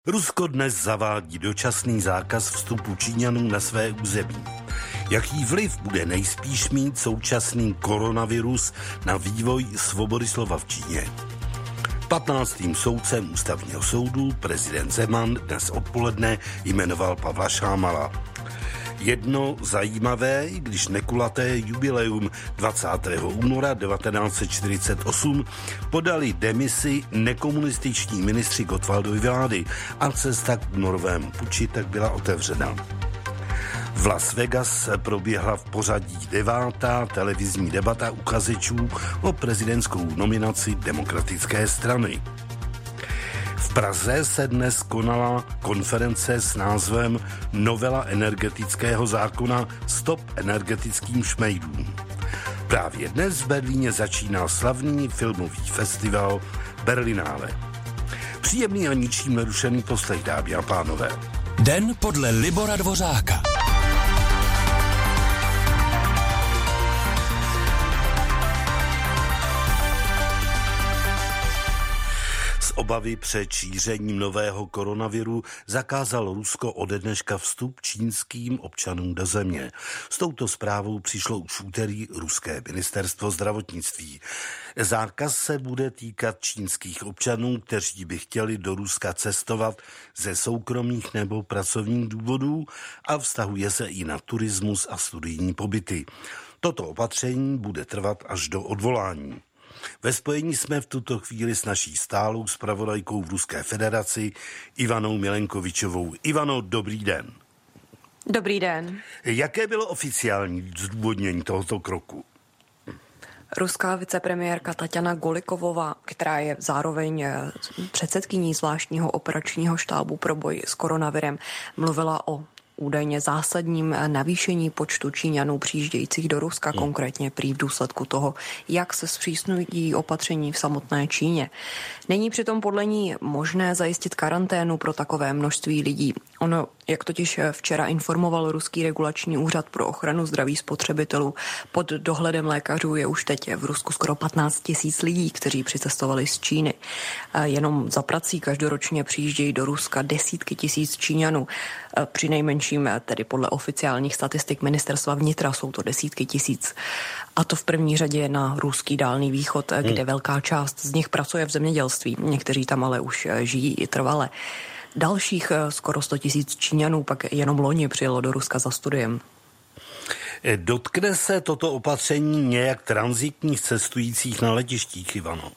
Rusko dnes zavádí dočasný zákaz vstupu Číňanů na své území. Jaký vliv bude nejspíš mít současný koronavirus na vývoj svobody slova v Číně? 15. soudcem ústavního soudu prezident Zeman dnes odpoledne jmenoval Pavla Šámala. Jedno zajímavé, i když nekulaté jubileum 20. února 1948 podali demisi nekomunističní ministři Gottwaldovy vlády a cesta k únorovému puči tak byla otevřena. V Las Vegas proběhla v pořadí 9. televizní debata uchazečů o prezidentskou nominaci Demokratické strany. V Praze se dnes konala konference s názvem Novela energetického zákona Stop energetickým šmejdům. Právě dnes v Berlíně začíná slavný filmový festival Berlinále. Příjemný a ničím nerušený poslech, dámy a pánové. Den podle Libora Dvořáka. Obavy před šířením nového koronaviru zakázalo Rusko ode dneška vstup čínským občanům do země. S touto zprávou přišlo už v úterý ruské ministerstvo zdravotnictví. Zákaz se bude týkat čínských občanů, kteří by chtěli do Ruska cestovat ze soukromých nebo pracovních důvodů a vztahuje se i na turismus a studijní pobyty. Toto opatření bude trvat až do odvolání. Ve spojení jsme v tuto chvíli s naší stálou zpravodajkou v Ruské federaci Ivanou Milenkovičovou. Ivano, dobrý den. Dobrý den. Jaké bylo oficiální zdůvodnění tohoto kroku? Ruská vicepremiérka Taťana Golikovová, která je zároveň předsedkyní zvláštního operačního štábu pro boj s koronavirem, mluvila o údajně zásadním navýšení počtu Číňanů přijíždějících do Ruska, konkrétně prý v důsledku toho, jak se zpřísňují opatření v samotné Číně. Není přitom podle ní možné zajistit karanténu pro takové množství lidí. Ono, jak totiž včera informoval Ruský regulační úřad pro ochranu zdraví spotřebitelů, pod dohledem lékařů je už teď v Rusku skoro 15 000 lidí, kteří přicestovali z Číny. Jenom za prací každoročně přijíždějí do Ruska desítky tisíc Číňanů. Přinejmenším tedy podle oficiálních statistik ministerstva vnitra jsou to desítky tisíc. A to v první řadě na ruský Dálný východ, kde velká část z nich pracuje v zemědělství. Někteří tam ale už žijí i trvale. Dalších skoro 100 000 Číňanů pak jenom loni přijelo do Ruska za studiem. Dotkne se toto opatření nějak tranzitních cestujících na letištích, Ivano?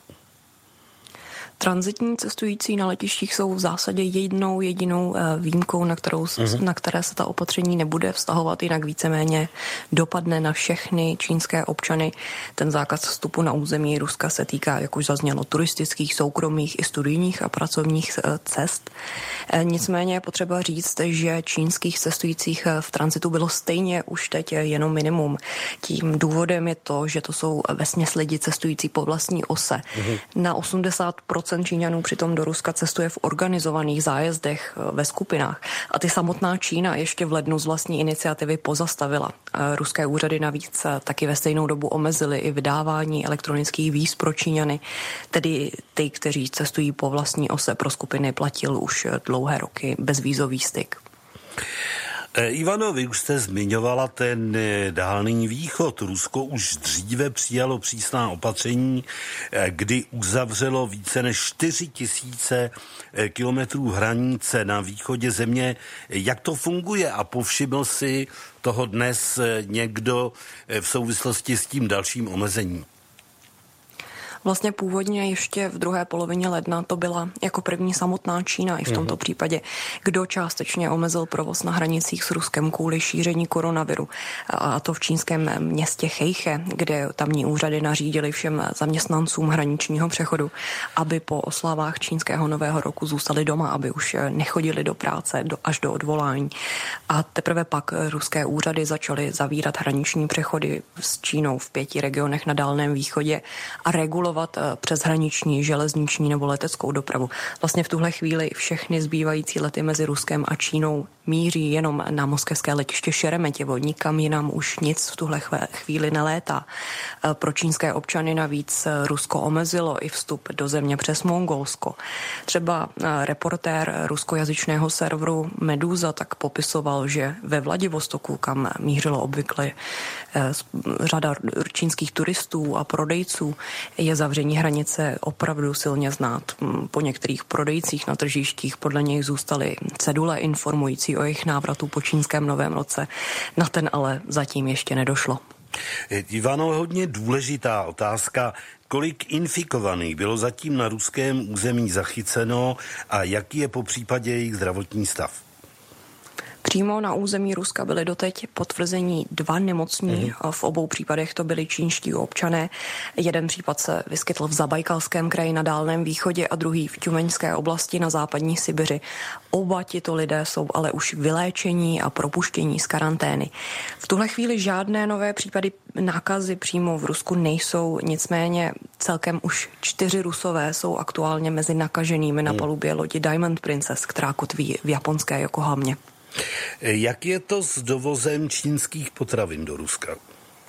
Tranzitní cestující na letištích jsou v zásadě jednou jedinou výjimkou, na které se ta opatření nebude vztahovat, jinak víceméně dopadne na všechny čínské občany. Ten zákaz vstupu na území Ruska se týká, jak už zaznělo, turistických, soukromých i studijních a pracovních cest. Nicméně je potřeba říct, že čínských cestujících v tranzitu bylo stejně už teď jenom minimum. Tím důvodem je to, že to jsou vesměs lidi cestující po vlastní ose. Na 80% Číňanů přitom do Ruska cestuje v organizovaných zájezdech ve skupinách. A ty samotná Čína ještě v lednu z vlastní iniciativy pozastavila. Ruské úřady navíc taky ve stejnou dobu omezily i vydávání elektronických víz pro Číňany. Tedy ty, kteří cestují po vlastní ose, pro skupiny platil už dlouhé roky bezvízový styk. Ivano, vy už jste zmiňovala ten Dálný východ. Rusko už dříve přijalo přísná opatření, kdy uzavřelo více než 4 000 kilometrů hranice na východě země. Jak to funguje a povšiml si toho dnes někdo v souvislosti s tím dalším omezením? Vlastně původně ještě v druhé polovině ledna to byla jako první samotná Čína i v tomto případě, kdo částečně omezil provoz na hranicích s Ruskem kvůli šíření koronaviru. A to v čínském městě Chejche, kde tamní úřady nařídili všem zaměstnancům hraničního přechodu, aby po oslavách čínského nového roku zůstali doma, aby už nechodili do práce až do odvolání. A teprve pak ruské úřady začaly zavírat hraniční přechody s Čínou v 5 regionech na Dálném východě a regulovat přeshraniční, železniční nebo leteckou dopravu. Vlastně v tuhle chvíli všechny zbývající lety mezi Ruskem a Čínou míří jenom na moskevské letiště Šeremetěvo. Nikam jinam už nic v tuhle chvíli nelétá. Pro čínské občany navíc Rusko omezilo i vstup do země přes Mongolsko. Třeba reportér ruskojazyčného serveru Meduza tak popisoval, že ve Vladivostoku, kam mířilo obvykle řada čínských turistů a prodejců, je zavření hranice opravdu silně znát. Po některých prodejcích na tržištích podle něj zůstaly cedule informující o jejich návratu po čínském novém roce. Na ten ale zatím ještě nedošlo. Ivano, hodně důležitá otázka. Kolik infikovaných bylo zatím na ruském území zachyceno a jaký je po případě jejich zdravotní stav? Přímo na území Ruska byly doteď potvrzení 2 nemocní. V obou případech to byli čínští občané. Jeden případ se vyskytl v Zabajkalském kraji na Dálném východě a druhý v Tjumeňské oblasti na západní Sibiři. Oba tito lidé jsou ale už vyléčení a propuštění z karantény. V tuhle chvíli žádné nové případy nákazy přímo v Rusku nejsou, nicméně celkem už 4 Rusové jsou aktuálně mezi nakaženými na palubě lodi Diamond Princess, která kotví v japonské Jokohamě. Jak je to s dovozem čínských potravin do Ruska?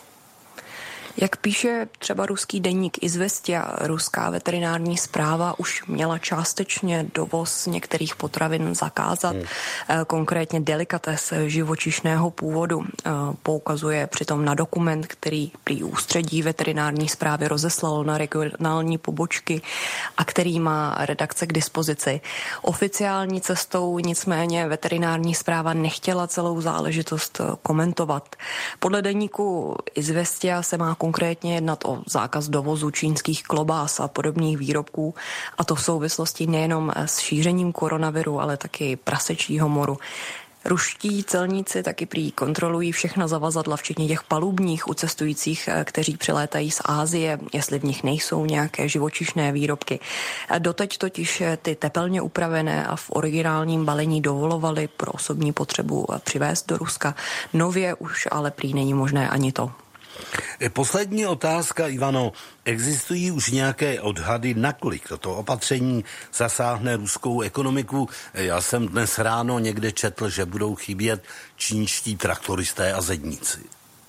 Jak píše třeba ruský deník Izvestia, ruská veterinární správa už měla částečně dovoz některých potravin zakázat, konkrétně delikates živočišného původu. Poukazuje přitom na dokument, který prý ústředí veterinární správy rozeslalo na regionální pobočky a který má redakce k dispozici. Oficiální cestou nicméně veterinární správa nechtěla celou záležitost komentovat. Podle deníku Izvestia se má konkrétně jednat o zákaz dovozu čínských klobás a podobných výrobků, a to v souvislosti nejenom s šířením koronaviru, ale taky prasečího moru. Ruští celníci taky prý kontrolují všechna zavazadla, včetně těch palubních u cestujících, kteří přilétají z Asie, jestli v nich nejsou nějaké živočišné výrobky. Doteď totiž ty tepelně upravené a v originálním balení dovolovali pro osobní potřebu přivést do Ruska. Nově už ale prý není možné ani to. Poslední otázka, Ivano. Existují už nějaké odhady, nakolik toto opatření zasáhne ruskou ekonomiku? Já jsem dnes ráno někde četl, že budou chybět čínští traktoristé a zedníci.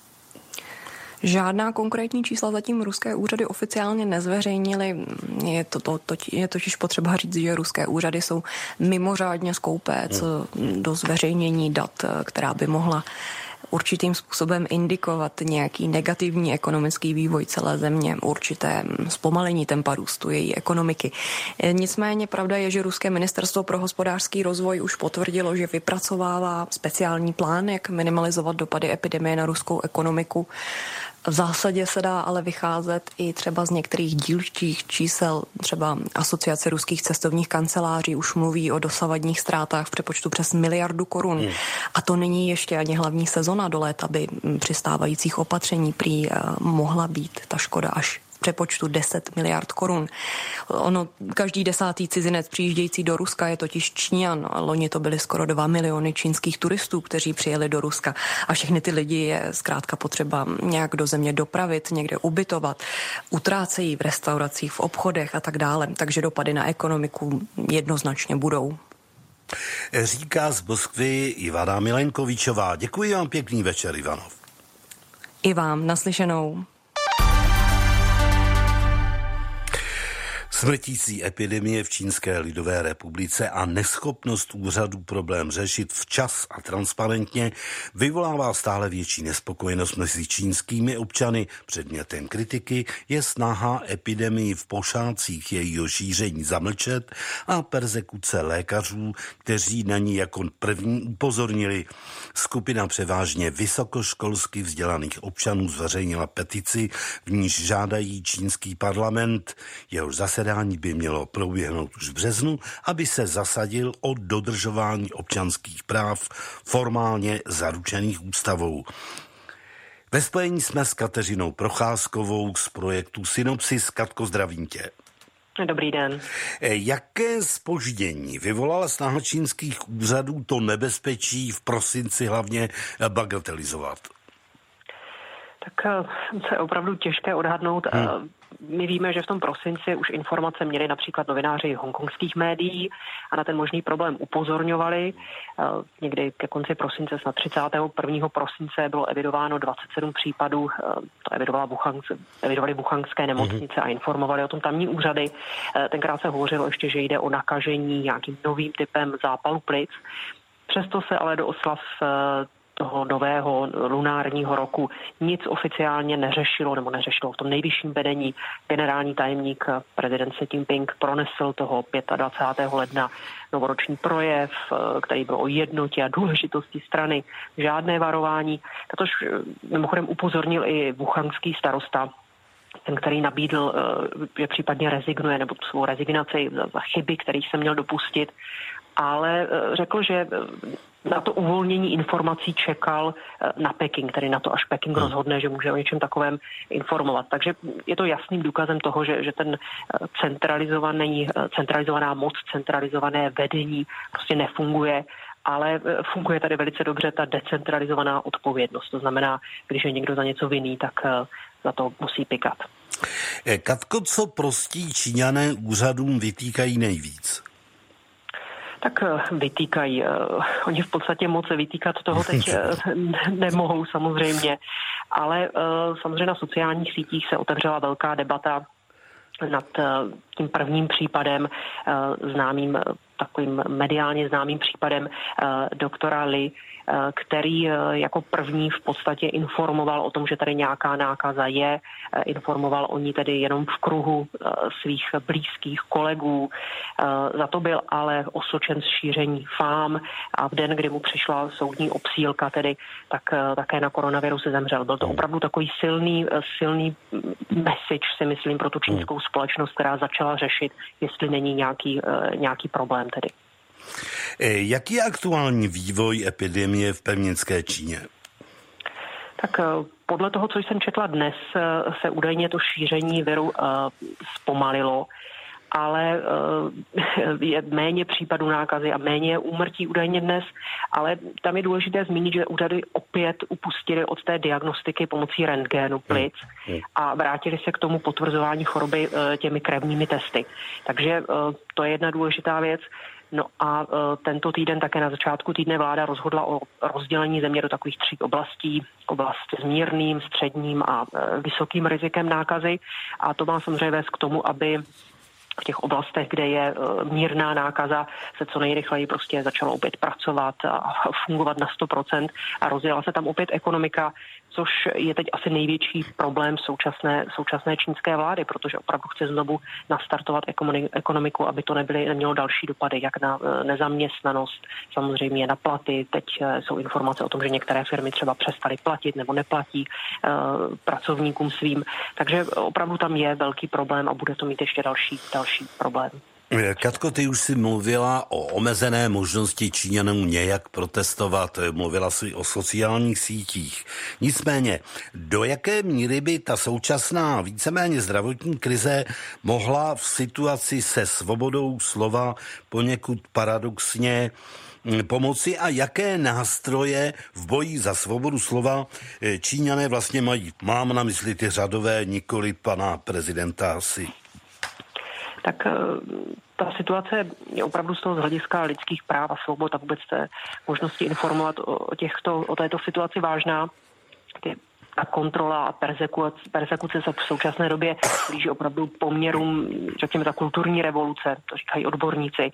Žádná konkrétní čísla zatím ruské úřady oficiálně nezveřejnily. Je totiž potřeba říct, že ruské úřady jsou mimořádně skoupé co do zveřejnění dat, která by mohla určitým způsobem indikovat nějaký negativní ekonomický vývoj celé země, určité zpomalení tempa růstu její ekonomiky. Nicméně pravda je, že ruské ministerstvo pro hospodářský rozvoj už potvrdilo, že vypracovává speciální plán, jak minimalizovat dopady epidemie na ruskou ekonomiku. V zásadě se dá ale vycházet i třeba z některých dílčích čísel. Třeba Asociace ruských cestovních kanceláří už mluví o dosavadních ztrátách v přepočtu přes 1 miliardu korun. A to není ještě ani hlavní sezona do léta, by při stávajících opatření prý mohla být ta škoda až v přepočtu 10 miliard korun. Každý 10. cizinec přijíždějící do Ruska je totiž Číňan. Loni to byly skoro 2 miliony čínských turistů, kteří přijeli do Ruska. A všechny ty lidi je zkrátka potřeba nějak do země dopravit, někde ubytovat. Utrácejí v restauracích, v obchodech a tak dále. Takže dopady na ekonomiku jednoznačně budou. Říká z Moskvy Ivana Milenkovičová. Děkuji vám, pěkný večer, Ivanov. I vám, naslyšenou. Smrtící epidemie v Čínské lidové republice a neschopnost úřadů problém řešit včas a transparentně vyvolává stále větší nespokojenost mezi čínskými občany. Předmětem kritiky je snaha epidemii v pošátcích jejího šíření zamlčet a perzekuce lékařů, kteří na ní jako první upozornili. Skupina převážně vysokoškolsky vzdělaných občanů zveřejnila petici, v níž žádají čínský parlament, jehož zasedání by mělo proběhnout už v březnu, aby se zasadil o dodržování občanských práv formálně zaručených ústavou. Ve spojení jsme s Kateřinou Procházkovou z projektu Synopsis. Katko, zdravím tě. Dobrý den. Jaké zpoždění vyvolala snaha čínských úřadů to nebezpečí v prosinci hlavně bagatelizovat? Tak se opravdu těžké odhadnout. My víme, že v tom prosinci už informace měli například novináři hongkongských médií a na ten možný problém upozorňovali. Někdy ke konci prosince, snad 31. prosince, bylo evidováno 27 případů. To evidovali wuhanské nemocnice a informovali o tom tamní úřady. Tenkrát se hovořilo ještě, že jde o nakažení nějakým novým typem zápalu plic. Přesto se ale do oslav toho nového lunárního roku nic oficiálně neřešilo v tom nejvyšším vedení. Generální tajemník prezident Xi Jinping pronesl toho 25. ledna novoroční projev, který byl o jednotě a důležitosti strany. Žádné varování. Tatož mimochodem upozornil i wuhanský starosta, ten, který nabídl, že případně rezignuje nebo svou rezignaci za chyby, kterých se měl dopustit, ale řekl, že na to uvolnění informací čekal na Peking, tedy na to, až Peking rozhodne, že může o něčem takovém informovat. Takže je to jasným důkazem toho, že ten centralizovaná moc, centralizované vedení prostě nefunguje, ale funguje tady velice dobře ta decentralizovaná odpovědnost. To znamená, když je někdo za něco vinný, tak za to musí pikat. Katko, co prostí Číňané úřadům vytýkají nejvíc? Tak vytýkají. Oni v podstatě moc vytýkat toho teď nemohou samozřejmě, ale samozřejmě na sociálních sítích se otevřela velká debata nad tím prvním případem, takovým mediálně známým případem doktora Li, který jako první v podstatě informoval o tom, že tady nějaká nákaza je, informoval o ní tedy jenom v kruhu svých blízkých kolegů. Za to byl ale osočen z šíření fám a v den, kdy mu přišla soudní obsílka, tedy tak také na koronavirus se zemřel. Byl to opravdu takový silný message, si myslím, pro tu čínskou společnost, která začala řešit, jestli není nějaký problém tedy. Jaký je aktuální vývoj epidemie v pevninské Číně? Tak podle toho, co jsem četla dnes, se údajně to šíření viru zpomalilo, ale je méně případů nákazy a méně úmrtí údajně dnes, ale tam je důležité zmínit, že úřady opět upustily od té diagnostiky pomocí rentgenu plic a vrátili se k tomu potvrzování choroby těmi krevními testy. Takže to je jedna důležitá věc. No a tento týden také na začátku týdne vláda rozhodla o rozdělení země do takových 3 oblastí. Oblast s mírným, středním a vysokým rizikem nákazy. A to má samozřejmě vést k tomu, aby v těch oblastech, kde je mírná nákaza, se co nejrychleji prostě začalo opět pracovat a fungovat na 100% a rozjela se tam opět ekonomika, což je teď asi největší problém současné čínské vlády, protože opravdu chce znovu nastartovat ekonomiku, aby to nemělo další dopady, jak na nezaměstnanost, samozřejmě na platy. Teď jsou informace o tom, že některé firmy třeba přestaly platit nebo neplatí pracovníkům svým. Takže opravdu tam je velký problém a bude to mít ještě další problém. Katko, ty už si mluvila o omezené možnosti Číňanů nějak protestovat, mluvila si o sociálních sítích. Nicméně, do jaké míry by ta současná víceméně zdravotní krize mohla v situaci se svobodou slova poněkud paradoxně pomoci a jaké nástroje v boji za svobodu slova Číňané vlastně mají? Mám na mysli ty řadové, nikoli pana prezidenta Xi. Tak ta situace je opravdu z toho z hlediska lidských práv a svobod a vůbec té možnosti informovat o této situaci vážná. Ta kontrola a persekuce se v současné době blíží opravdu poměrům, řekněme, ta kulturní revoluce, to říkají odborníci.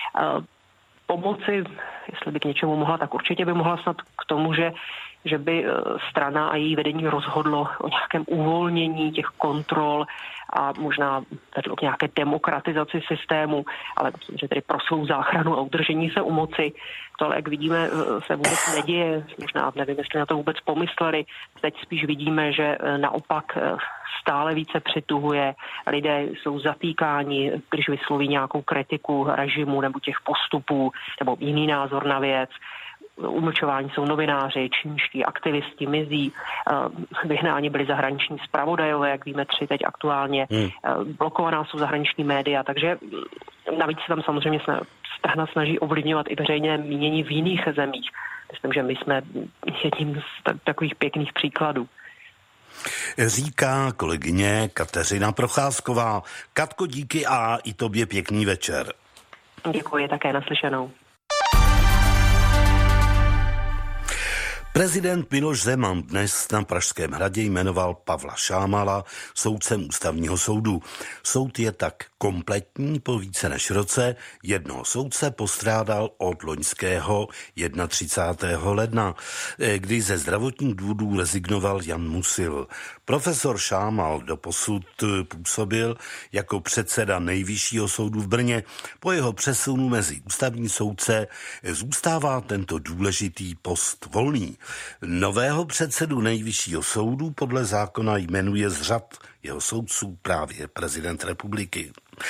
Pomoci, jestli by k něčemu mohla, tak určitě by mohla snad k tomu, že by strana a její vedení rozhodlo o nějakém uvolnění těch kontrol a možná vedlo k nějaké demokratizaci systému, ale myslím, že tedy pro svou záchranu a udržení se u moci. To ale, jak vidíme, se vůbec neděje. Možná nevím, jestli na to vůbec pomysleli. Teď spíš vidíme, že naopak stále více přituhuje. Lidé jsou zatýkáni, když vysloví nějakou kritiku režimu nebo těch postupů nebo jiný názor na věc. Umlčováni jsou novináři, čínští aktivisti mizí, vyhnáni byli zahraniční zpravodajové, jak víme 3 teď aktuálně, blokovaná jsou zahraniční média, takže navíc se tam samozřejmě strana snaží ovlivňovat i veřejné mínění v jiných zemích. Myslím, že my jsme jedním z takových pěkných příkladů. Říká kolegyně Kateřina Procházková. Katko, díky a i tobě pěkný večer. Děkuji, také naslyšenou. Prezident Miloš Zeman dnes na Pražském hradě jmenoval Pavla Šámala soudcem Ústavního soudu. Soud je tak kompletní po více než roce. Jednoho soudce postrádal od loňského 31. ledna, kdy ze zdravotních důvodů rezignoval Jan Musil. Profesor Šámal doposud působil jako předseda Nejvyššího soudu v Brně. Po jeho přesunu mezi ústavní soudce zůstává tento důležitý post volný. Nového předsedu Nejvyššího soudu podle zákona jmenuje z řad jeho soudců právě prezident republiky.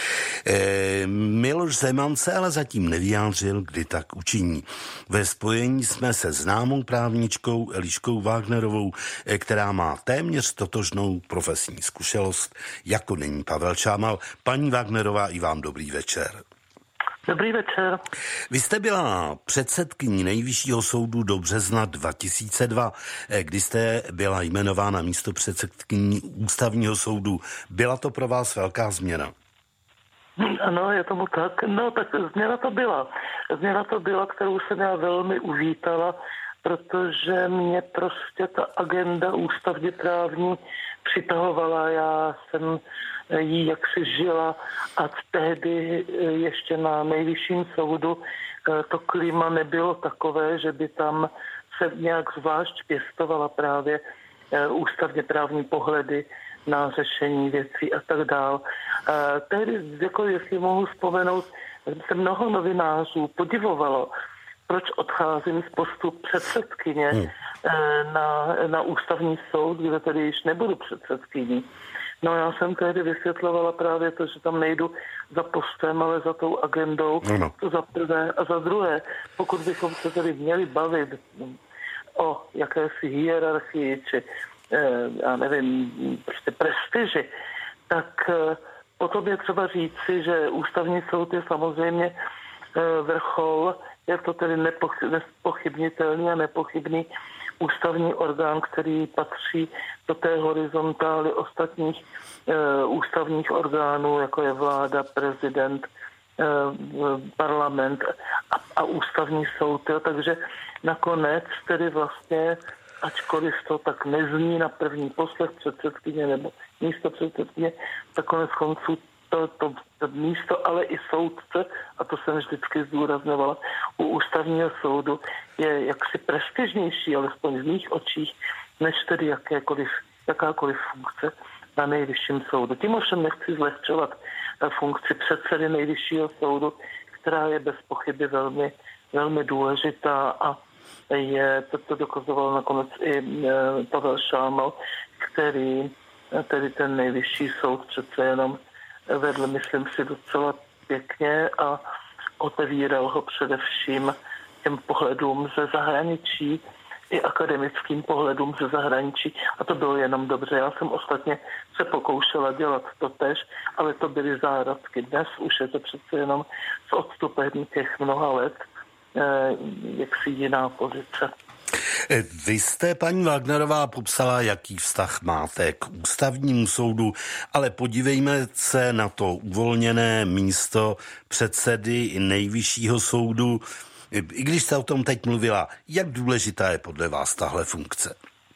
Miloš Zeman se ale zatím nevyjádřil, kdy tak učiní. Ve spojení jsme se známou právničkou Eliškou Wagnerovou, která má téměř totožnou profesní zkušenost, jako není Pavel Šámal. Paní Wagnerová, i vám dobrý večer. Dobrý večer. Vy jste byla předsedkyní Nejvyššího soudu do března 2002, kdy jste byla jmenována místopředsedkyní Ústavního soudu. Byla to pro vás velká změna? Ano, je tomu tak. No, tak změna to byla. Změna to byla, kterou jsem já velmi uvítala, protože mě prostě ta agenda ústavně právní přitahovala. Já jsem jí jaksi žila a tehdy ještě na Nejvyšším soudu to klima nebylo takové, že by tam se nějak zvlášť pěstovala právě ústavně právní pohledy na řešení věcí a tak dál. Tehdy, jako jestli mohu vzpomenout, se mnoho novinářů podivovalo, proč odcházím z postu předsedkyně na ústavní soud, kde tedy již nebudu předsedkyní. No, já jsem tehdy vysvětlovala právě to, že tam nejdu za postem, ale za tou agendou. To za prvé. A za druhé, pokud bychom se tedy měli bavit o jakési hierarchii, či já nevím, prostě prestiži, tak potom je třeba říci, že ústavní soud je samozřejmě vrchol, je to tedy nepochybnitelný a nepochybný ústavní orgán, který patří do té horizontály ostatních ústavních orgánů, jako je vláda, prezident, parlament a ústavní soud. Jo. Takže nakonec tedy vlastně, ačkoliv to tak nezní na první poslech předsedkyně nebo místo předsedkyně, tak konec konců to místo, ale i soudce, a to jsem vždycky zdůrazňovala, u ústavního soudu je jaksi prestižnější, alespoň v mých očích, než tedy jakákoliv funkce na Nejvyšším soudu. Tím ovšem nechci zlehčovat funkci předsedy Nejvyššího soudu, která je bez pochyby velmi, velmi důležitá a to dokazoval nakonec i Pavel Šámal, který tedy ten Nejvyšší soud přece jenom vedl, myslím si, docela pěkně a otevíral ho především těm pohledům ze zahraničí i akademickým pohledům ze zahraničí a to bylo jenom dobře. Já jsem ostatně se pokoušela dělat to tež, ale to byly zárodky. Dnes už je to přece jenom s odstupem těch mnoha let jaksi jiná pozice. Vy jste, paní Wagnerová, popsala, jaký vztah máte k ústavnímu soudu, ale podívejme se na to uvolněné místo předsedy Nejvyššího soudu. I když jste o tom teď mluvila, jak důležitá je podle vás tahle funkce?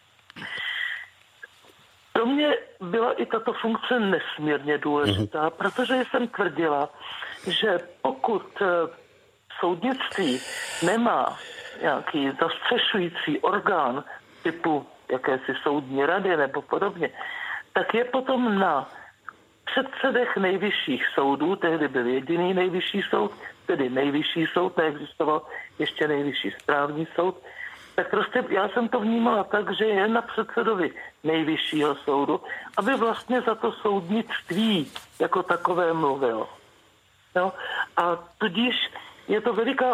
Pro mě byla i tato funkce nesmírně důležitá, protože jsem tvrdila, že pokud soudnictví nemá nějaký zastřešující orgán typu jakési soudní rady nebo podobně, tak je potom na předsedech nejvyšších soudů, tehdy byl jediný nejvyšší soud, tedy Nejvyšší soud, neexistoval ještě Nejvyšší správní soud, tak prostě já jsem to vnímala tak, že je na předsedovi Nejvyššího soudu, aby vlastně za to soudnictví jako takové mluvilo. No, a tudíž je to veliká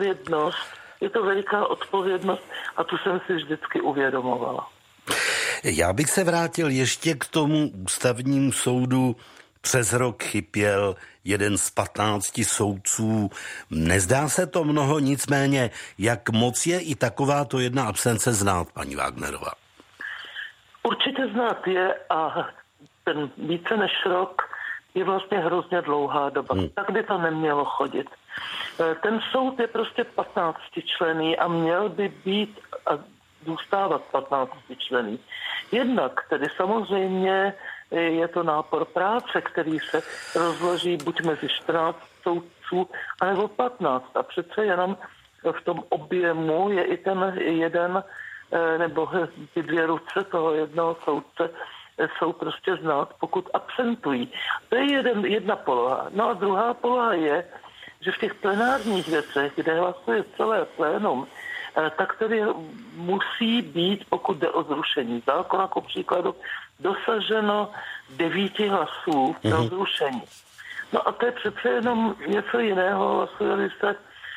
odpovědnost a tu jsem si vždycky uvědomovala. Já bych se vrátil ještě k tomu ústavnímu soudu. Přes rok chyběl jeden z 15 soudců. Nezdá se to mnoho, nicméně, jak moc je i takováto jedna absence znát, paní Wagnerová? Určitě znát je a ten více než rok je vlastně hrozně dlouhá doba. Tak by to nemělo chodit. Ten soud je prostě 15členný a měl by být a zůstávat 15členný. Jednak tedy samozřejmě je to nápor práce, který se rozloží buď mezi 14 soudců, anebo 15. A přece jenom v tom objemu je i ten jeden, nebo ty dvě ruce toho jednoho soudce jsou prostě znát, pokud absentují. To je jedna poloha. No a druhá poloha je, že v těch plenárních věcech, kde hlasuje celé plénum, tak tedy musí být, pokud jde o zrušení zákona, jako příkladu, dosaženo 9 hlasů pro zrušení. No a to je přece jenom něco jiného, hlasuje se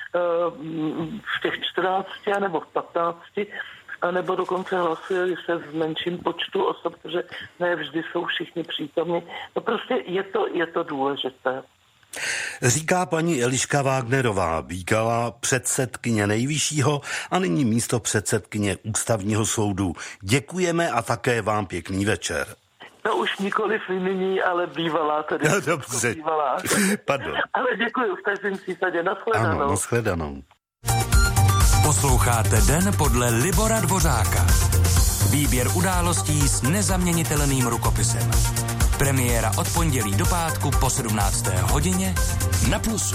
v těch 14 nebo v 15, anebo dokonce hlasuje se v menším počtu osob, protože ne vždy jsou všichni přítomni. No prostě je to důležité. Říká paní Eliška Wagnerová, bývalá předsedkyně Nejvyššího a nyní místo předsedkyně Ústavního soudu. Děkujeme a také vám pěkný večer. No už nikoliv nyní, ale bývalá tedy. No, dobře. Bývalá. Pardon. Ale děkuji v každém případě. Nashledanou. Ano, nashledanou. Posloucháte Den podle Libora Dvořáka. Výběr událostí s nezaměnitelným rukopisem. Premiéra od pondělí do pátku po 17. hodině na Plusu.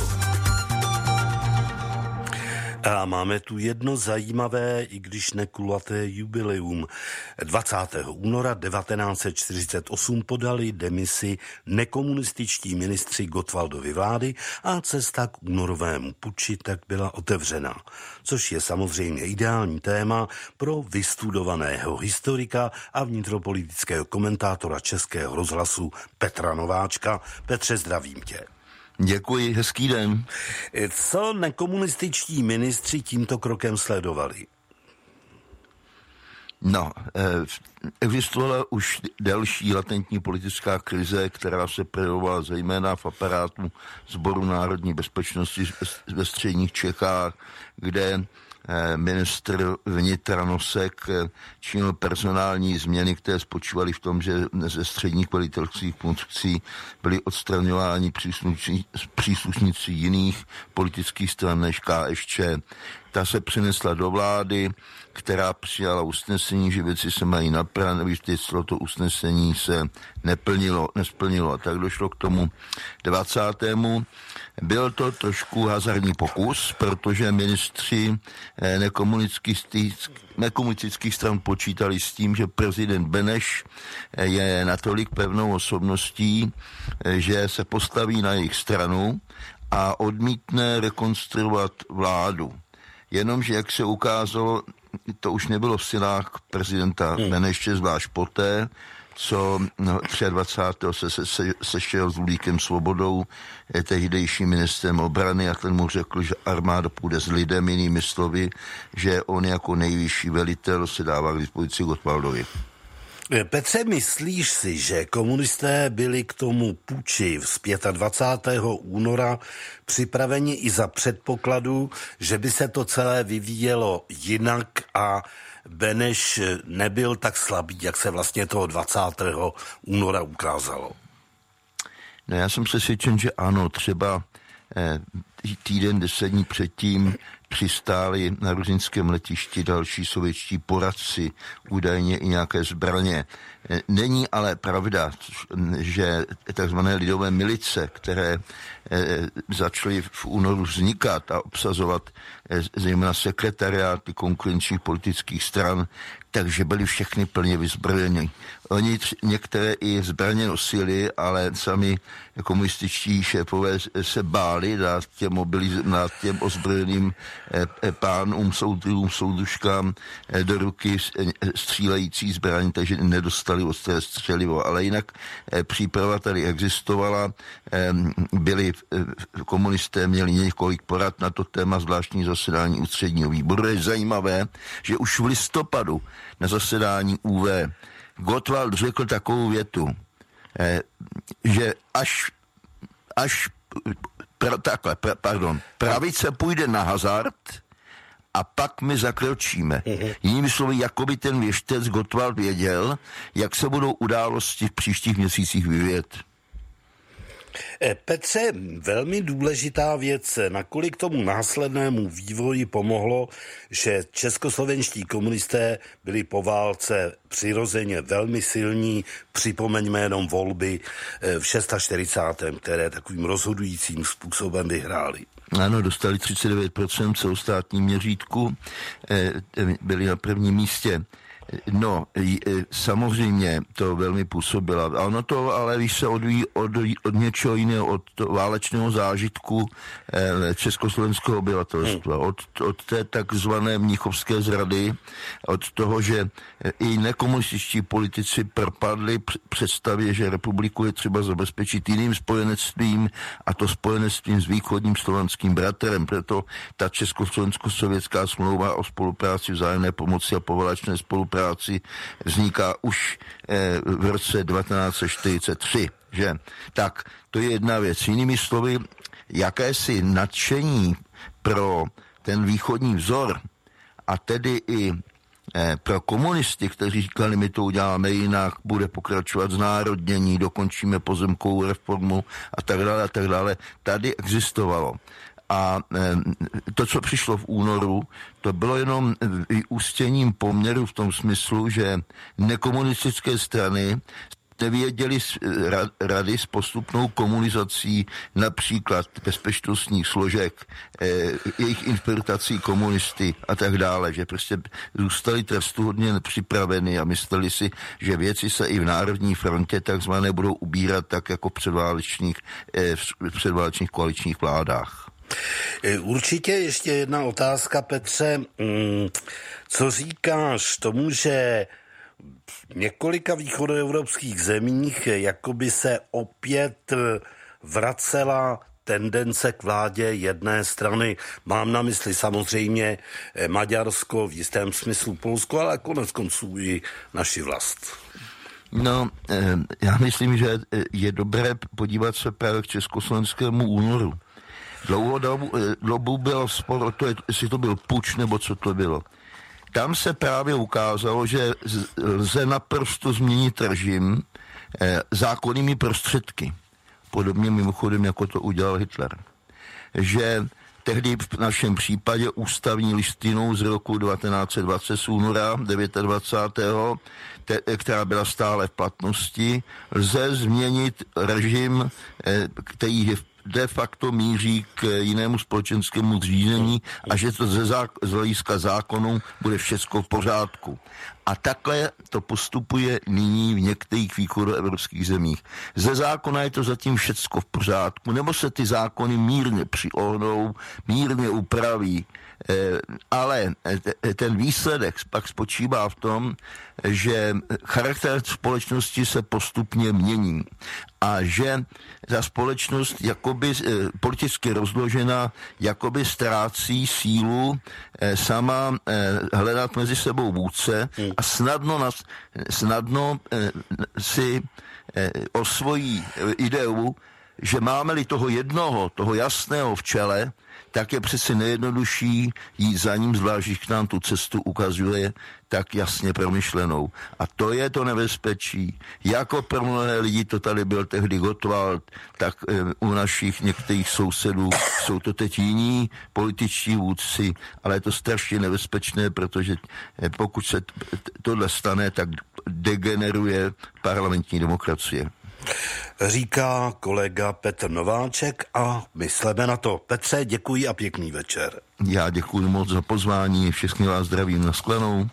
A máme tu jedno zajímavé, i když nekulaté jubileum. 20. února 1948 podali demisi nekomunističtí ministři Gottwaldovy vlády a cesta k únorovému puči tak byla otevřena. Což je samozřejmě ideální téma pro vystudovaného historika a vnitropolitického komentátora Českého rozhlasu Petra Nováčka. Petře, zdravím tě. Děkuji, hezký den. Co nekomunističtí ministři tímto krokem sledovali? No, existovala už delší latentní politická krize, která se projevovala zejména v aparátu Sboru národní bezpečnosti ve středních Čechách, kde ministr vnitra Nosek činil personální změny, které spočívaly v tom, že ze středních velitelských funkcí byli odstraňováni příslušníci jiných politických stran než KSČ. Ta se přinesla do vlády, která přijala usnesení, že věci se mají napravit, to usnesení se nesplnilo. A tak došlo k tomu 20. Byl to trošku hazardní pokus, protože ministři nekomunistických stran počítali s tím, že prezident Beneš je natolik pevnou osobností, že se postaví na jejich stranu a odmítne rekonstruovat vládu. Jenomže, jak se ukázalo, to už nebylo v silách prezidenta Beneše, zvlášť poté, co 23. se sešel s Ludvíkem Svobodou, tehdejším ministrem obrany, a ten mu řekl, že armáda půjde s lidem, jinými slovy, že on jako nejvyšší velitel se dává k dispozici Gottwaldovi. Petře, myslíš si, že komunisté byli k tomu puči z 25. února připraveni i za předpokladu, že by se to celé vyvíjelo jinak a Beneš nebyl tak slabý, jak se vlastně toho 20. února ukázalo? No, já jsem přesvědčen, že ano, třeba týden, 10 dní předtím přistáli na ruzinském letišti další sovětští poradci, údajně i nějaké zbraně. Není ale pravda, že takzvané lidové milice, které začaly v únoru vznikat a obsazovat zejména sekretariáty konkurenčních politických stran, takže byli všechny plně vyzbrojeni. Oni některé i zbraně nosili, ale sami komunističtí šéfové se báli dát těm ozbrojeným pánům, soudružkám do ruky střílející zbraň, takže nedostali ostré střelivo. Ale jinak příprava tady existovala, byli komunisté, měli několik porad na to téma, zvláštní zasedání ústředního výboru. Je zajímavé, že už v listopadu na zasedání UV Gottwald řekl takovou větu, že pravice půjde na hazard a pak my zakročíme. Jinými slovy, jakoby ten věštec Gottwald věděl, jak se budou události v příštích měsících vyvíjet. Petře, velmi důležitá věc, nakolik tomu následnému vývoji pomohlo, že českoslovenští komunisté byli po válce přirozeně velmi silní, připomeňme jenom volby v 46., které takovým rozhodujícím způsobem vyhráli. Ano, dostali 39% celostátní měřítku, byli na prvním místě. No, samozřejmě to velmi působilo. A ono to ale víš se odvíjí od něčeho jiného, od válečného zážitku československého obyvatelstva, od té takzvané mnichovské zrady, od toho, že i nekomunističtí politici propadli představě, že republiku je třeba zabezpečit jiným spojenectvím, a to spojenectvím s východním slovanským bratrem. Proto ta československo-sovětská smlouva o spolupráci, vzájemné pomoci a poválečné spolupráci vzniká už v roce 1943, že? Tak, to je jedna věc. Jinými slovy, jakési nadšení pro ten východní vzor a tedy i pro komunisty, kteří říkali, my to uděláme jinak, bude pokračovat znárodnění, dokončíme pozemkovou reformu a tak dále, tady existovalo. A to, co přišlo v únoru, to bylo jenom vyústěním poměru v tom smyslu, že nekomunistické strany nevěděli rady s postupnou komunizací například bezpečnostních složek, jejich infiltrací komunisty a tak dále, že prostě zůstali trestuhodně nepřipraveni a mysleli si, že věci se i v Národní frontě takzvané budou ubírat tak jako v předválečných koaličních vládách. Určitě ještě jedna otázka, Petře. Co říkáš tomu, že v několika východoevropských zemích jakoby se opět vracela tendence k vládě jedné strany? Mám na mysli samozřejmě Maďarsko, v jistém smyslu Polsko, ale konec konců i naši vlast. No, já myslím, že je dobré podívat se právě k československému únoru. Dlouhou dobu bylo sporo, jestli to byl puč, nebo co to bylo. Tam se právě ukázalo, že lze naprosto změnit režim zákonnými prostředky. Podobně mimochodem, jako to udělal Hitler. Že tehdy v našem případě ústavní listinou z roku 1920 z února 29. Která byla stále v platnosti, lze změnit režim, který je de facto míří k jinému společenskému zřízení a že to z hlediska zákonu bude všechno v pořádku. A takhle to postupuje nyní v některých východoevropských zemích. Ze zákona je to zatím všecko v pořádku, nebo se ty zákony mírně přiohnou, mírně upraví, ale ten výsledek pak spočívá v tom, že charakter společnosti se postupně mění a že ta společnost jakoby politicky rozložená jakoby ztrácí sílu sama hledat mezi sebou vůdce a snadno si osvojí ideu, že máme-li toho jednoho, toho jasného v čele, tak je přeci nejjednodušší jít za ním, zvlášť když k nám tu cestu ukazuje tak jasně promyšlenou. A to je to nebezpečí. Jako pro mnohé lidi to tady byl tehdy Gottwald, tak u našich některých sousedů jsou to teď jiní političtí vůdci, ale je to strašně nebezpečné, protože pokud se tohle stane, tak degeneruje parlamentní demokracie. Říká kolega Petr Nováček a myslíme na to. Petře, děkuji a pěkný večer. Já děkuji moc za pozvání, všechny vás zdravím, nashledanou.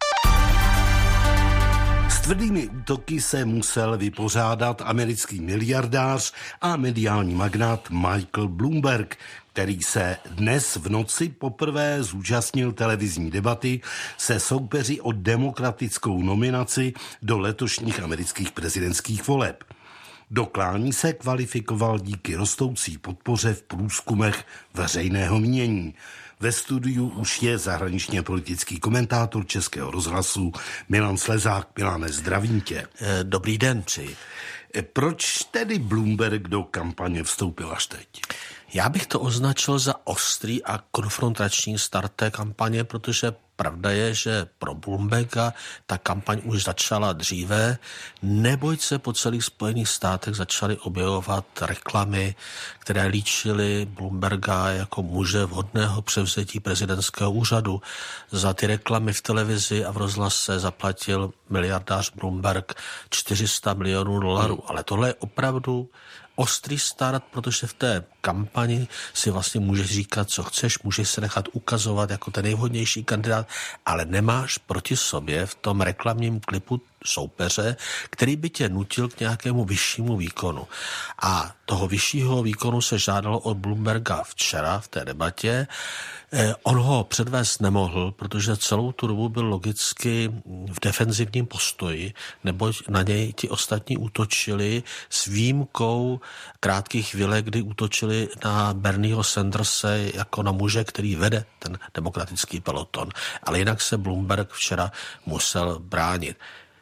S tvrdými útoky se musel vypořádat americký miliardář a mediální magnát Michael Bloomberg, který se dnes v noci poprvé zúčastnil televizní debaty se soupeři o demokratickou nominaci do letošních amerických prezidentských voleb. Do klání se kvalifikoval díky rostoucí podpoře v průzkumech veřejného mínění. Ve studiu už je zahraničně politický komentátor Českého rozhlasu Milan Slezák. Milane, zdravím tě. Dobrý den, přeji. Proč tedy Bloomberg do kampaně vstoupil až teď? Já bych to označil za ostrý a konfrontační start té kampaně, protože pravda je, že pro Bloomberga ta kampaň už začala dříve, neboť se po celých Spojených státech začaly objevovat reklamy, které líčily Bloomberga jako muže vhodného převzetí prezidentského úřadu. Za ty reklamy v televizi a v rozhlase zaplatil miliardář Bloomberg $400 milionů. Ale tohle je opravdu ostrý start, protože v té kampani si vlastně můžeš říkat, co chceš, můžeš se nechat ukazovat jako ten nejvhodnější kandidát, ale nemáš proti sobě v tom reklamním klipu soupeře, který by tě nutil k nějakému vyššímu výkonu. A toho vyššího výkonu se žádalo od Bloomberga včera v té debatě. On ho předvést nemohl, protože celou tu dobu byl logicky v defenzivním postoji, neboť na něj ti ostatní útočili s výjimkou krátkých chvíle, kdy útočili na Bernieho Sanderse jako na muže, který vede ten demokratický peloton. Ale jinak se Bloomberg včera musel bránit.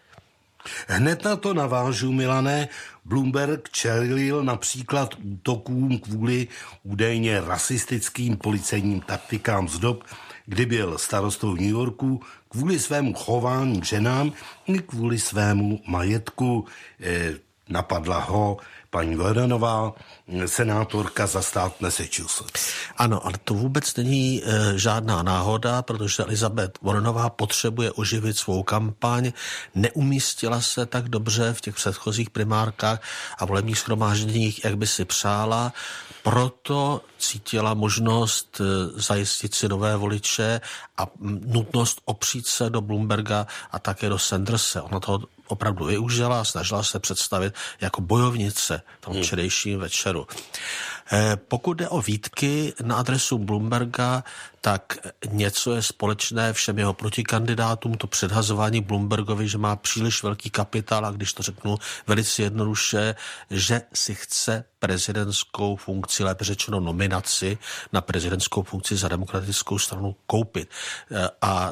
Hned na to navážu, Milane. Bloomberg čelil například útokům kvůli údajně rasistickým policejním taktikám z dob, kdy byl starostou New Yorku, kvůli svému chování k ženám i kvůli svému majetku. Napadla ho paní Warrenová, senátorka za stát Massachusetts. Ano, ale to vůbec není žádná náhoda, protože Elizabeth Warrenová potřebuje oživit svou kampaň, neumístila se tak dobře v těch předchozích primárkách a volebních shromážděních, jak by si přála, proto cítila možnost zajistit si nové voliče a nutnost opřít se do Bloomberga a také do Sanderse. Ona toho opravdu využila a snažila se představit jako bojovnice v tom včerejším večeru. Pokud jde o výtky na adresu Bloomberga, tak něco je společné všem jeho protikandidátům, to předhazování Bloombergovi, že má příliš velký kapitál a když to řeknu velice jednoduše, že si chce prezidentskou funkci, lépe řečeno nominaci na prezidentskou funkci za demokratickou stranu koupit. A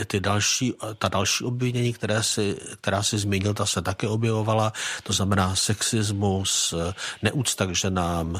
ta další obvinění, která si zmínil, ta se také objevovala, to znamená sexismus, neúcta k ženám,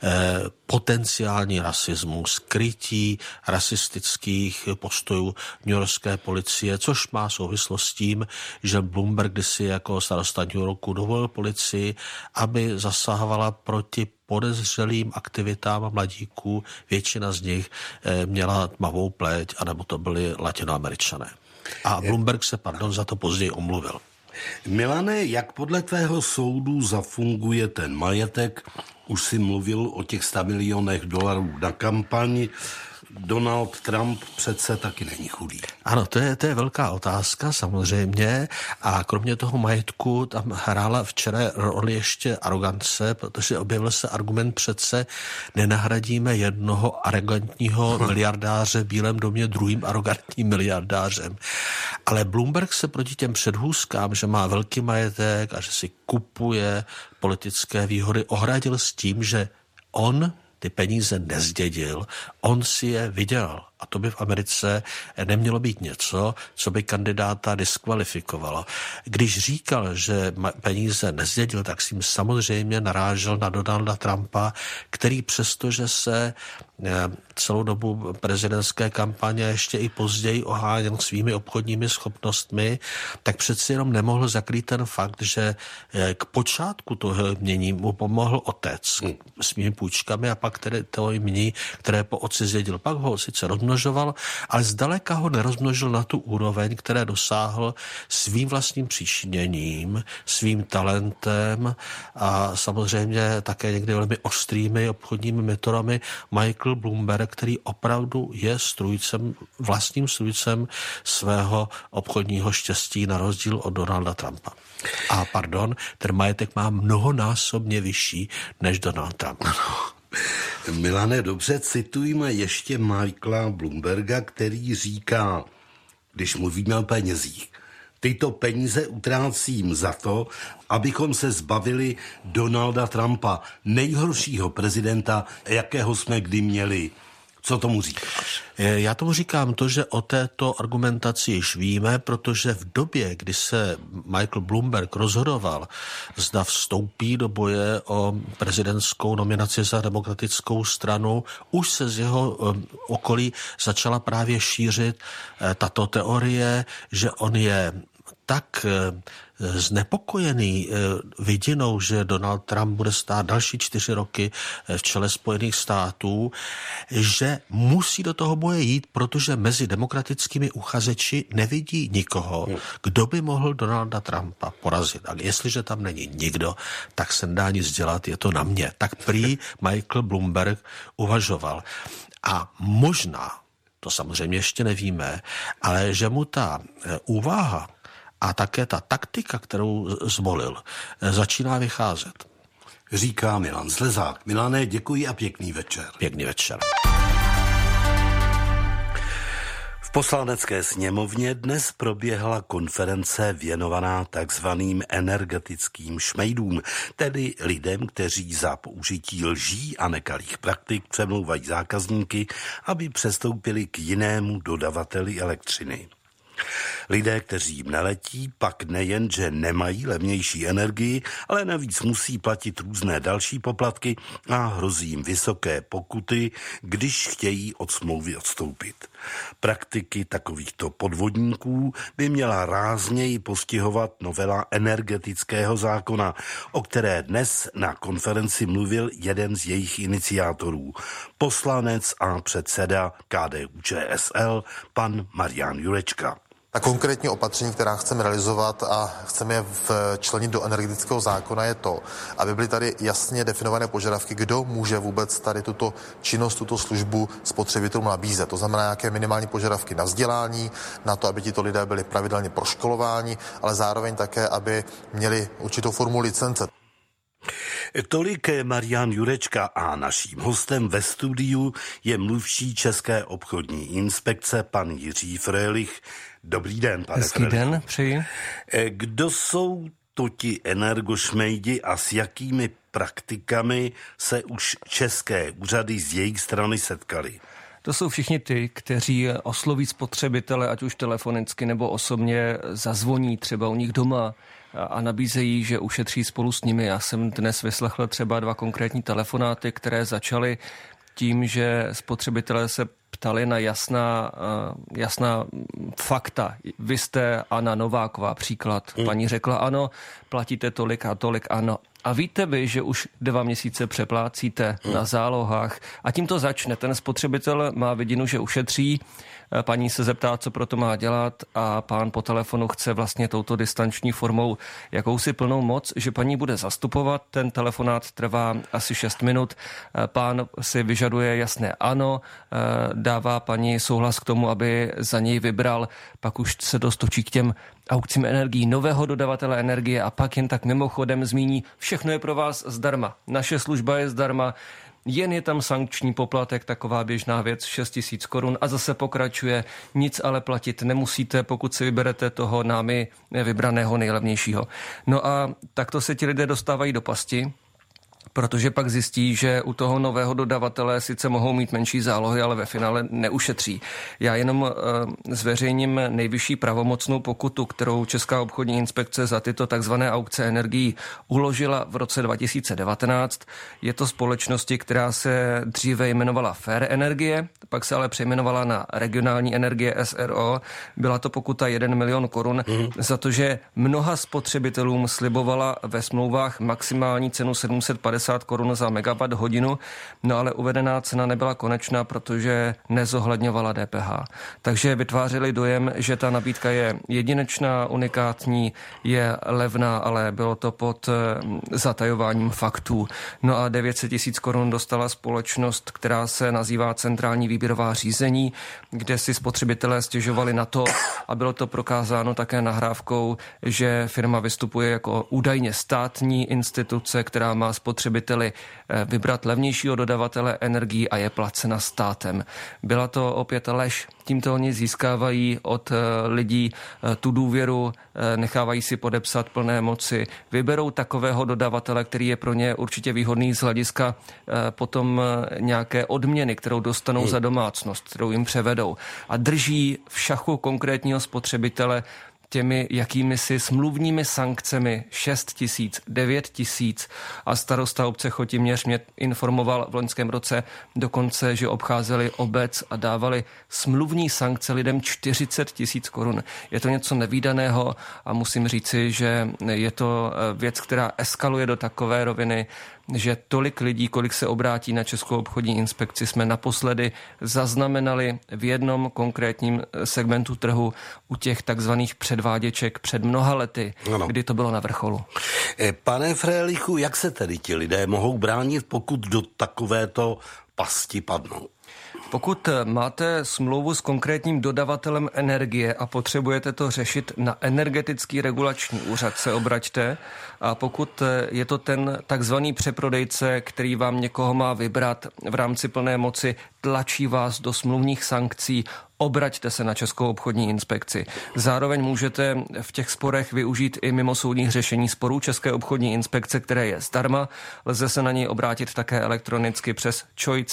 potenciální rasismus, skrytí rasistických postojů newyorské policie, což má souvislost s tím, že Bloomberg kdysi jako starosta New Yorku dovolil policii, aby zasahovala proti podezřelým aktivitám mladíků. Většina z nich měla tmavou pleť, anebo to byli Latinoameričané. A Bloomberg se, za to později omluvil. Milane, jak podle tvého soudu zafunguje ten majetek? Už si mluvil o těch $100 milionech na kampaň. Donald Trump přece taky není chudý. Ano, to je velká otázka samozřejmě a kromě toho majetku tam hrála včera roli ještě arogance, protože objevil se argument přece nenahradíme jednoho arrogantního miliardáře v Bílém domě druhým arrogantním miliardářem. Ale Bloomberg se proti těm předhůzkám, že má velký majetek a že si kupuje politické výhody, ohradil s tím, že on ty peníze nezdědil, on si je vydělal. A to by v Americe nemělo být něco, co by kandidáta diskvalifikovalo. Když říkal, že peníze nezdědil, tak si samozřejmě narážel na Donalda Trumpa, který přestože se celou dobu prezidentské kampaně ještě i později oháněl svými obchodními schopnostmi, tak přeci jenom nemohl zakrýt ten fakt, že k počátku toho jmění mu pomohl otec svými půjčkami a pak to jmění, které po otci zdědil. Pak ho sice rozmnožoval, ale zdaleka ho nerozmnožil na tu úroveň, které dosáhl svým vlastním přičiněním, svým talentem a samozřejmě také někdy velmi ostrými obchodními metodami Michael Bloomberg, který opravdu je vlastním strůjcem svého obchodního štěstí na rozdíl od Donalda Trumpa. A ten majetek má mnohonásobně vyšší než Donald Trump. Milane, dobře, citujme ještě Michaela Bloomberga, který říká, když mluvíme o penězích, tyto peníze utrácím za to, abychom se zbavili Donalda Trumpa, nejhoršího prezidenta, jakého jsme kdy měli. Co tomu říkáš? Já tomu říkám to, že o této argumentaci již víme, protože v době, kdy se Michael Bloomberg rozhodoval, zda vstoupí do boje o prezidentskou nominaci za demokratickou stranu, už se z jeho okolí začala právě šířit tato teorie, že on je tak znepokojený vidinou, že Donald Trump bude stát další 4 roky v čele Spojených států, že musí do toho boje jít, protože mezi demokratickými uchazeči nevidí nikoho, kdo by mohl Donalda Trumpa porazit. A jestliže tam není nikdo, tak se nedá nic dělat, je to na mě. Tak prý Michael Bloomberg uvažoval. A možná, to samozřejmě ještě nevíme, ale že mu ta úvaha a také ta taktika, kterou zvolil, začíná vycházet. Říká Milan Slezák. Milané, děkuji a pěkný večer. Pěkný večer. V Poslanecké sněmovně dnes proběhla konference věnovaná takzvaným energetickým šmejdům, tedy lidem, kteří za použití lží a nekalých praktik přemlouvají zákazníky, aby přestoupili k jinému dodavateli elektřiny. Lidé, kteří jim neletí, pak nejen, že nemají levnější energii, ale navíc musí platit různé další poplatky a hrozí jim vysoké pokuty, když chtějí od smlouvy odstoupit. Praktiky takovýchto podvodníků by měla rázněji postihovat novela energetického zákona, o které dnes na konferenci mluvil jeden z jejich iniciátorů, poslanec a předseda KDU-ČSL, pan Marian Jurečka. A konkrétní opatření, která chceme realizovat a chceme je včlenit do energetického zákona, je to, aby byly tady jasně definované požadavky, kdo může vůbec tady tuto činnost, tuto službu spotřebitelům nabízet. To znamená nějaké minimální požadavky na vzdělání, na to, aby tito lidé byli pravidelně proškolováni, ale zároveň také, aby měli určitou formu licence. Tolik Marian Jurečka a naším hostem ve studiu je mluvčí České obchodní inspekce pan Jiří Fröhlich. Dobrý den, pane Hezký den, přeji. Kdo jsou to ti energošmejdi a s jakými praktikami se už české úřady z jejich strany setkaly? To jsou všichni ty, kteří osloví spotřebitele, ať už telefonicky nebo osobně, zazvoní třeba u nich doma a nabízejí, že ušetří spolu s nimi. Já jsem dnes vyslechl třeba 2 konkrétní telefonáty, které začaly tím, že spotřebitelé se ptali na jasná fakta. Vy jste Anna Nováková, příklad. Paní řekla ano, platíte tolik a tolik, ano. A víte vy, že už 2 měsíce přeplácíte na zálohách a tím to začne. Ten spotřebitel má vidinu, že ušetří, paní se zeptá, co pro to má dělat a pán po telefonu chce vlastně touto distanční formou jakousi plnou moc, že paní bude zastupovat. Ten telefonát trvá asi 6 minut. Pán si vyžaduje jasné ano, dává paní souhlas k tomu, aby za něj vybral, pak už se dostočí k těm aukcím energií nového dodavatele energie a pak jen tak mimochodem zmíní, všechno je pro vás zdarma. Naše služba je zdarma, jen je tam sankční poplatek, taková běžná věc, 6 000 korun a zase pokračuje, nic ale platit nemusíte, pokud si vyberete toho námi vybraného nejlevnějšího. No a takto se ti lidé dostávají do pasti, protože pak zjistí, že u toho nového dodavatele sice mohou mít menší zálohy, ale ve finále neušetří. Já jenom zveřejním nejvyšší pravomocnou pokutu, kterou Česká obchodní inspekce za tyto takzvané aukce energií uložila v roce 2019. Je to společnosti, která se dříve jmenovala Fair Energie, pak se ale přejmenovala na Regionální energie SRO. Byla to pokuta 1 milion korun za to, že mnoha spotřebitelům slibovala ve smlouvách maximální cenu 750 korun za megawatt hodinu, no ale uvedená cena nebyla konečná, protože nezohledňovala DPH. Takže vytvářeli dojem, že ta nabídka je jedinečná, unikátní, je levná, ale bylo to pod zatajováním faktů. No a 900 000 korun dostala společnost, která se nazývá Centrální výběrová řízení, kde si spotřebitelé stěžovali na to a bylo to prokázáno také nahrávkou, že firma vystupuje jako údajně státní instituce, která má spotřebitelé spotřebiteli vybrat levnějšího dodavatele energií a je placena státem. Byla to opět lež. Tímto oni získávají od lidí tu důvěru, nechávají si podepsat plné moci, vyberou takového dodavatele, který je pro ně určitě výhodný z hlediska potom nějaké odměny, kterou dostanou za domácnost, kterou jim převedou, a drží v šachu konkrétního spotřebitele těmi jakými si smluvními sankcemi 6 000, 9 000 a starosta obce Chotiměř mě informoval v loňském roce dokonce, že obcházeli obec a dávali smluvní sankce lidem 40 000 korun. Je to něco nevídaného a musím říci, že je to věc, která eskaluje do takové roviny, že tolik lidí, kolik se obrátí na Českou obchodní inspekci, jsme naposledy zaznamenali v jednom konkrétním segmentu trhu u těch takzvaných předváděček před mnoha lety, kdy to bylo na vrcholu. Pane Frélichu, jak se tedy ti lidé mohou bránit, pokud do takovéto pasti padnou? Pokud máte smlouvu s konkrétním dodavatelem energie a potřebujete to řešit na Energetický regulační úřad, se obraťte, a pokud je to ten takzvaný přeprodejce, který vám někoho má vybrat v rámci plné moci, tlačí vás do smluvních sankcí, obraťte se na Českou obchodní inspekci. Zároveň můžete v těch sporech využít i mimosoudních řešení sporů České obchodní inspekce, které je zdarma. Lze se na něj obrátit také elektronicky přes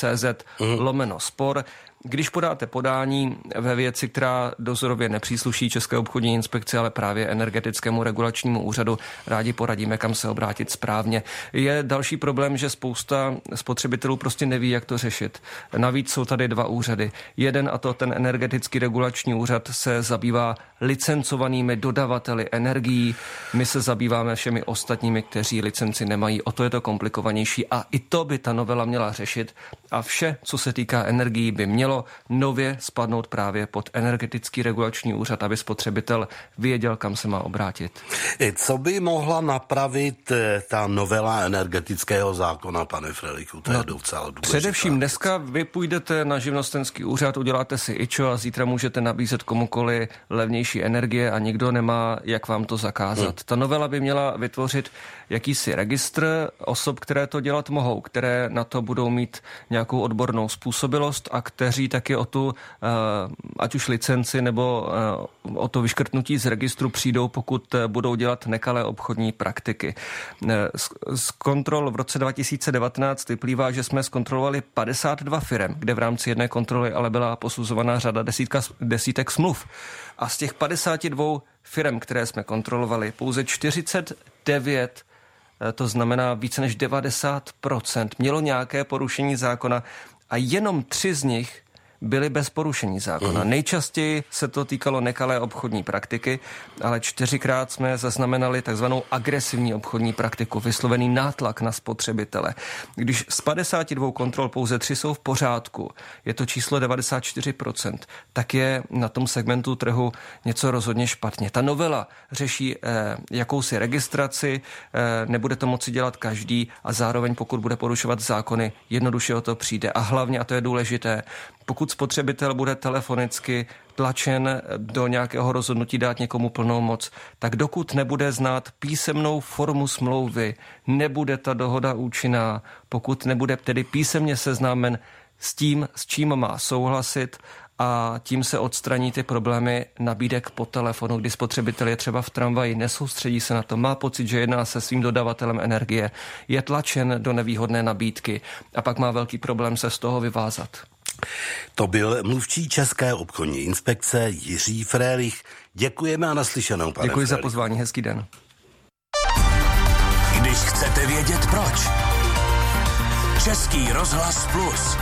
čoj.cz/spor. Když podáte podání ve věci, která dozorově nepřísluší České obchodní inspekci, ale právě Energetickému regulačnímu úřadu, rádi poradíme, kam se obrátit správně. Je další problém, že spousta spotřebitelů prostě neví, jak to řešit. Navíc jsou tady dva úřady. Jeden, a to ten Energetický regulační úřad, se zabývá licencovanými dodavateli energií. My se zabýváme všemi ostatními, kteří licenci nemají. O to je to komplikovanější a i to by ta novela měla řešit. A vše, co se týká energií, by mělo nově spadnout právě pod Energetický regulační úřad, aby spotřebitel věděl, kam se má obrátit. Co by mohla napravit ta novela energetického zákona, pane Frelichu? To je docela důležitá. Především dneska vy půjdete na živnostenský úřad, uděláte si IČO a zítra můžete nabízet komukoli levnější energie a nikdo nemá, jak vám to zakázat. Ta novela by měla vytvořit jakýsi registr osob, které to dělat mohou, které na to budou mít nějakou odbornou způsobilost a kteří taky o tu, ať už licenci nebo o to vyškrtnutí z registru přijdou, pokud budou dělat nekalé obchodní praktiky. Z kontrol v roce 2019 vyplývá, že jsme zkontrolovali 52 firem, kde v rámci jedné kontroly ale byla posuzovaná řada desítek smluv. A z těch 52 firem, které jsme kontrolovali, pouze 49, to znamená více než 90%, mělo nějaké porušení zákona a jenom 3 z nich byly bez porušení zákona. Nejčastěji se to týkalo nekalé obchodní praktiky, ale 4krát jsme zaznamenali takzvanou agresivní obchodní praktiku, vyslovený nátlak na spotřebitele. Když z 52 kontrol pouze 3 jsou v pořádku, je to číslo 94%, tak je na tom segmentu trhu něco rozhodně špatně. Ta novela řeší jakousi registraci, nebude to moci dělat každý a zároveň pokud bude porušovat zákony, jednoduše o to přijde. A hlavně, a to je důležité, pokud spotřebitel bude telefonicky tlačen do nějakého rozhodnutí dát někomu plnou moc, tak dokud nebude znát písemnou formu smlouvy, nebude ta dohoda účinná, pokud nebude tedy písemně seznámen s tím, s čím má souhlasit, a tím se odstraní ty problémy nabídek po telefonu, kdy spotřebitel je třeba v tramvaji, nesoustředí se na to, má pocit, že jedná se svým dodavatelem energie, je tlačen do nevýhodné nabídky a pak má velký problém se z toho vyvázat. To byl mluvčí České obchodní inspekce Jiří Frélich. Děkujeme a naslyšenou, pane Děkuji Frélich. za pozvání, hezký den. Když chcete vědět proč. Český rozhlas Plus.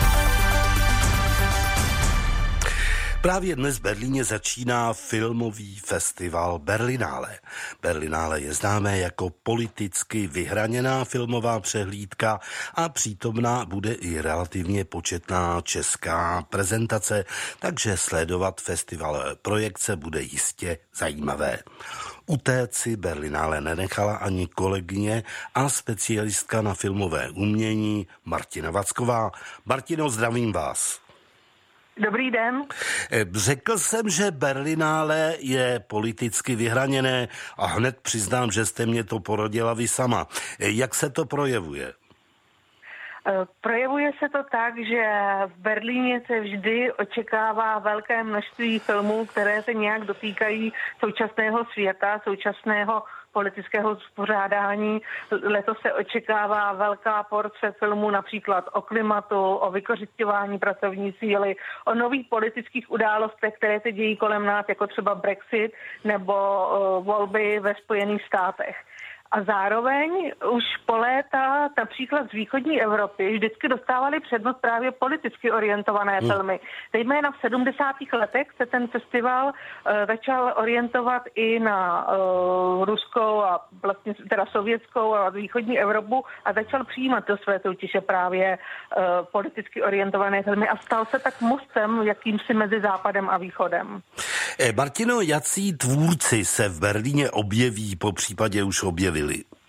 Právě dnes v Berlíně začíná filmový festival Berlinále. Berlinále je známé jako politicky vyhraněná filmová přehlídka a přítomná bude i relativně početná česká prezentace, takže sledovat festival projekce bude jistě zajímavé. Utéct si Berlinále nenechala ani kolegyně a specialistka na filmové umění Martina Vacková. Martino, zdravím vás. Dobrý den. Řekl jsem, že Berlinále je politicky vyhraněné a hned přiznám, že jste mě to porodila vy sama. Jak se to projevuje? Projevuje se to tak, že v Berlíně se vždy očekává velké množství filmů, které se nějak dotýkají současného světa, současného politického uspořádání. Letos se očekává velká porce filmů například o klimatu, o vykořisťování pracovní síly, o nových politických událostech, které se dějí kolem nás, jako třeba Brexit nebo volby ve Spojených státech. A zároveň už po léta například z východní Evropy vždycky dostávali přednost právě politicky orientované filmy. Zejména v 70. letech se ten festival začal orientovat i na ruskou a vlastně teda sovětskou a východní Evropu a začal přijímat do své soutěže právě politicky orientované filmy a stal se tak mostem jakýmsi mezi západem a východem. Martino, jací tvůrci se v Berlíně objeví, po případě už objevili?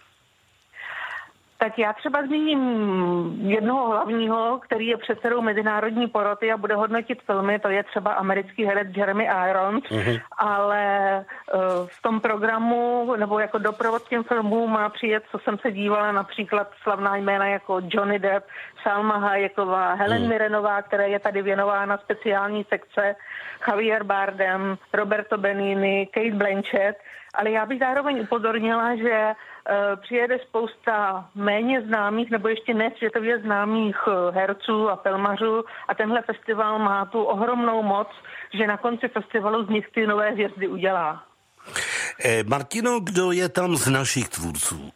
Tak já třeba zmíním jednoho hlavního, který je předsedou mezinárodní poroty a bude hodnotit filmy, to je třeba americký herec Jeremy Irons, ale v tom programu, nebo jako doprovod těm filmům má přijet, co jsem se dívala, například slavná jména jako Johnny Depp, Salma Hayeková, Helen Mirrenová, která je tady věnována speciální sekce, Javier Bardem, Roberto Benigni, Kate Blanchett, ale já bych zároveň upozornila, že přijede spousta méně známých nebo ještě ne světově známých herců a filmařů a tenhle festival má tu ohromnou moc, že na konci festivalu z nich ty nové hvězdy udělá. Martino, kdo je tam z našich tvůrců?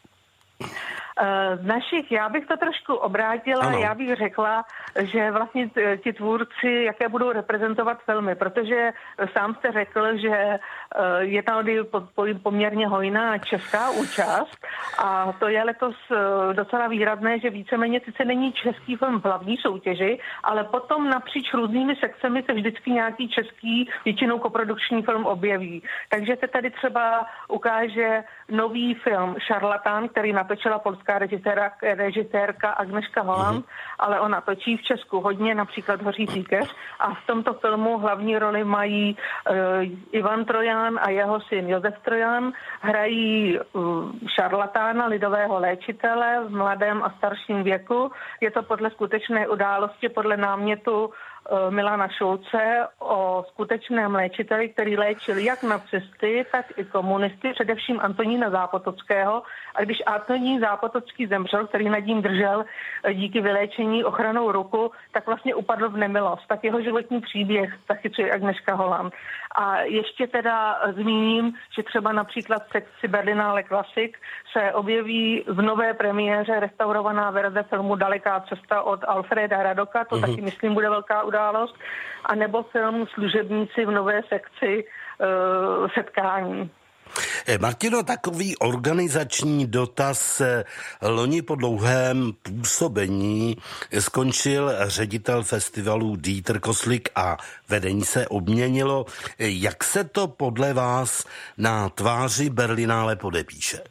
Z našich, já bych to trošku obrátila, ano. Já bych řekla, že vlastně ti tvůrci, jaké budou reprezentovat filmy, protože sám jste řekl, že je tam poměrně hojná česká účast a to je letos docela výrazné, že víceméně sice není český film v hlavní soutěži, ale potom napříč různými sekcemi se vždycky nějaký český, většinou koprodukční film objeví. Takže se tady třeba ukáže nový film Šarlatán, který natočila polská režisérka Agnieszka Holland, ale ona točí v Česku hodně, například Hoří píkeř a v tomto filmu hlavní roli mají Ivan Trojan a jeho syn Josef Trojan, hrají šarlatána, lidového léčitele v mladém a starším věku. Je to podle skutečné události, podle námětu Milana Šulce o skutečném léčiteli, který léčil jak nacisty, tak i komunisty, především Antonína Zápotockého. A když Antonín Zápotocký zemřel, který nad ním držel díky vyléčení ochranou ruku, tak vlastně upadl v nemilost. Tak jeho životní příběh zachycuje Agnieszka Holland. A ještě teda zmíním, že třeba například v sekci Berlinale Classic se objeví v nové premiéře restaurovaná verze filmu Daleká cesta od Alfreda Radoka, to taky myslím bude velká událost, a nebo film Služebníci v nové sekci Setkání. Martino, takový organizační dotaz. Loni po dlouhém působení skončil ředitel festivalu Dieter Koslik a vedení se obměnilo. Jak se to podle vás na tváři Berlinále podepíše?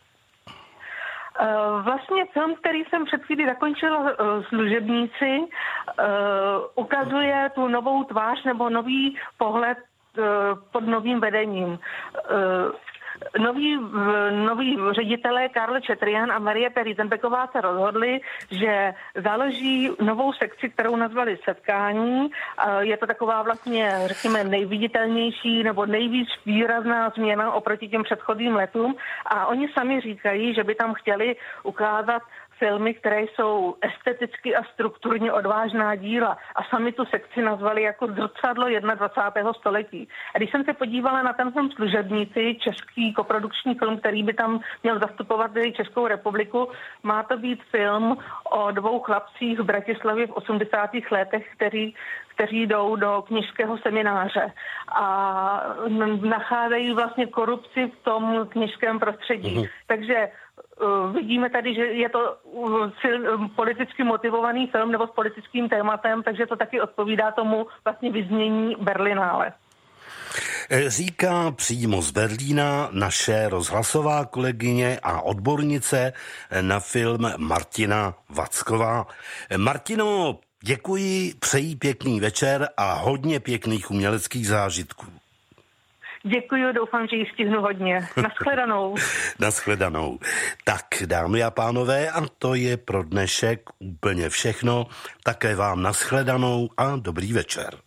Vlastně film, který jsem před chvílí zakončila, Služebníci, ukazuje tu novou tvář nebo nový pohled pod novým vedením. Noví ředitelé Karl Četrian a Marie Riesenbecková se rozhodli, že založí novou sekci, kterou nazvali Setkání. Je to taková vlastně, řekněme, nejviditelnější nebo nejvíc výrazná změna oproti těm předchozím letům. A oni sami říkají, že by tam chtěli ukázat filmy, které jsou esteticky a strukturně odvážná díla a sami tu sekci nazvali jako zrcadlo 21. století. A když jsem se podívala na ten film Služebníci, český koprodukční film, který by tam měl zastupovat Českou republiku, má to být film o dvou chlapcích v Bratislavě v 80. letech, kteří jdou do kněžského semináře a nacházejí vlastně korupci v tom kněžském prostředí. Takže vidíme tady, že je to politicky motivovaný film nebo s politickým tématem, takže to taky odpovídá tomu vlastně vyznění Berlinále. Říká přímo z Berlína naše rozhlasová kolegyně a odbornice na film Martina Vacková. Martino, Děkuji, přeji pěkný večer a hodně pěkných uměleckých zážitků. Děkuji, doufám, že ji stihnu hodně. Nashledanou. Nashledanou. Tak, dámy a pánové, a to je pro dnešek úplně všechno. Také vám nashledanou a dobrý večer.